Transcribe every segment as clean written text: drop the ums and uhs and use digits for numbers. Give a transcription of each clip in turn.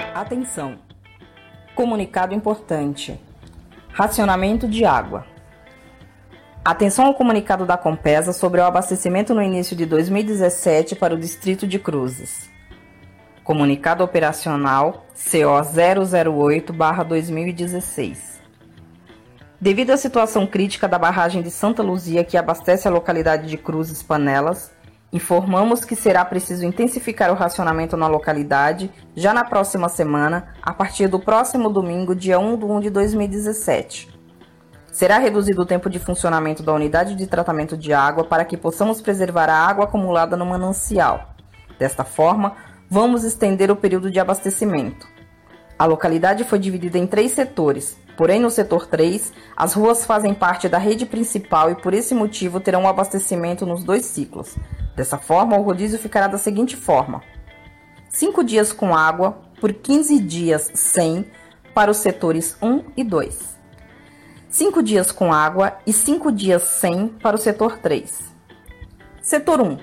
Atenção! Comunicado importante. Racionamento de água. Atenção ao comunicado da Compesa sobre o abastecimento no início de 2017 para o Distrito de Cruzes. Comunicado operacional CO 008/2016. Devido à situação crítica da barragem de Santa Luzia que abastece a localidade de Cruzes Panelas, informamos que será preciso intensificar o racionamento na localidade já na próxima semana, a partir do próximo domingo, dia 1/1/2017. Será reduzido o tempo de funcionamento da unidade de tratamento de água para que possamos preservar a água acumulada no manancial. Desta forma, vamos estender o período de abastecimento. A localidade foi dividida em 3 setores, porém no setor 3, as ruas fazem parte da rede principal e por esse motivo terão um abastecimento nos 2 ciclos. Dessa forma, o rodízio ficará da seguinte forma: 5 dias com água por 15 dias sem para os setores 1 e 2. 5 dias com água e 5 dias sem para o setor 3. Setor 1.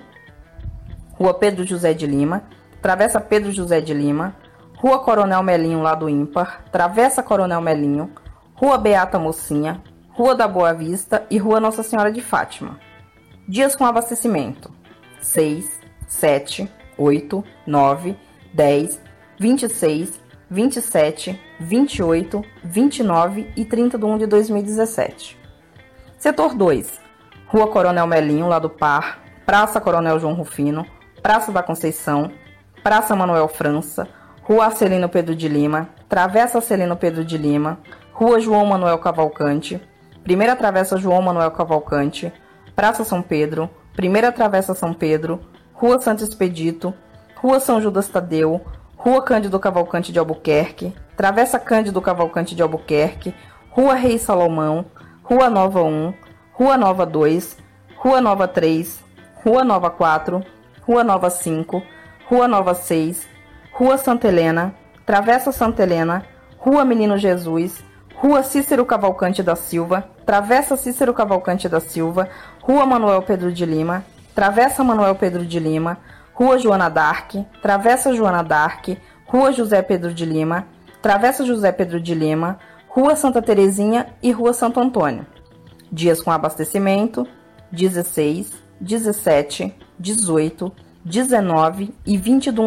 Rua Pedro José de Lima, Travessa Pedro José de Lima, Rua Coronel Melinho, lado ímpar, Travessa Coronel Melinho, Rua Beata Mocinha, Rua da Boa Vista e Rua Nossa Senhora de Fátima. Dias com abastecimento: 6, 7, 8, 9, 10, 26, 27, 28, 29 e 30/1/2017. Setor 2. Rua Coronel Melinho, lado par, Praça Coronel João Rufino, Praça da Conceição, Praça Manuel França, Rua Acelino Pedro de Lima, Travessa Acelino Pedro de Lima, Rua João Manuel Cavalcante, Primeira Travessa João Manuel Cavalcante, Praça São Pedro, Primeira Travessa São Pedro, Rua Santo Expedito, Rua São Judas Tadeu, Rua Cândido Cavalcante de Albuquerque, Travessa Cândido Cavalcante de Albuquerque, Rua Rei Salomão, Rua Nova 1, Rua Nova 2, Rua Nova 3, Rua Nova 4, Rua Nova 5, Rua Nova 6, Rua Santa Helena, Travessa Santa Helena, Rua Menino Jesus, Rua Cícero Cavalcante da Silva, Travessa Cícero Cavalcante da Silva, Rua Manuel Pedro de Lima, Travessa Manuel Pedro de Lima, Rua Joana d'Arc, Travessa Joana d'Arc, Rua José Pedro de Lima, Travessa José Pedro de Lima, Rua Santa Terezinha e Rua Santo Antônio. Dias com abastecimento: 16, 17, 18, 19 e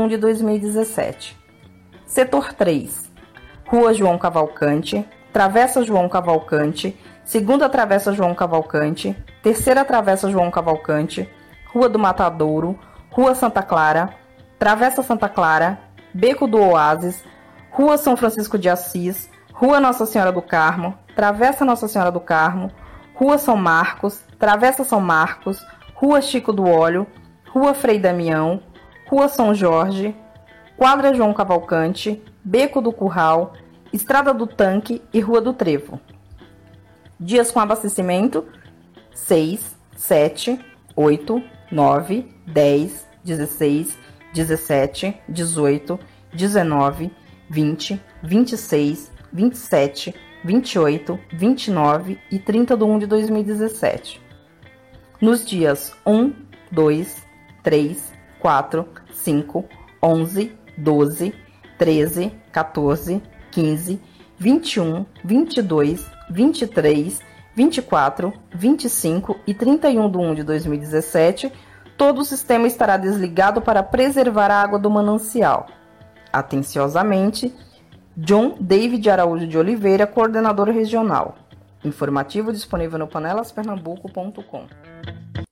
20/1/2017. Setor 3. Rua João Cavalcante, Travessa João Cavalcante, Segunda Travessa João Cavalcante, Terceira Travessa João Cavalcante, Rua do Matadouro, Rua Santa Clara, Travessa Santa Clara, Beco do Oásis, Rua São Francisco de Assis, Rua Nossa Senhora do Carmo, Travessa Nossa Senhora do Carmo, Rua São Marcos, Travessa São Marcos, Rua Chico do Óleo, Rua Frei Damião, Rua São Jorge, Quadra João Cavalcante, Beco do Curral, Estrada do Tanque e Rua do Trevo. Dias com abastecimento: 6, 7, 8, 9, 10, 16, 17, 18, 19, 20, 26, 27, 28, 29 e 30/1/2017. Nos dias 1, 2, 3, 4, 5, 11, 12, 13, 14, 15, 21, 22, 23, 24, 25 e 31/1/2017, todo o sistema estará desligado para preservar a água do manancial. Atenciosamente, John David Araújo de Oliveira, coordenador regional. Informativo disponível no panelaspernambuco.com.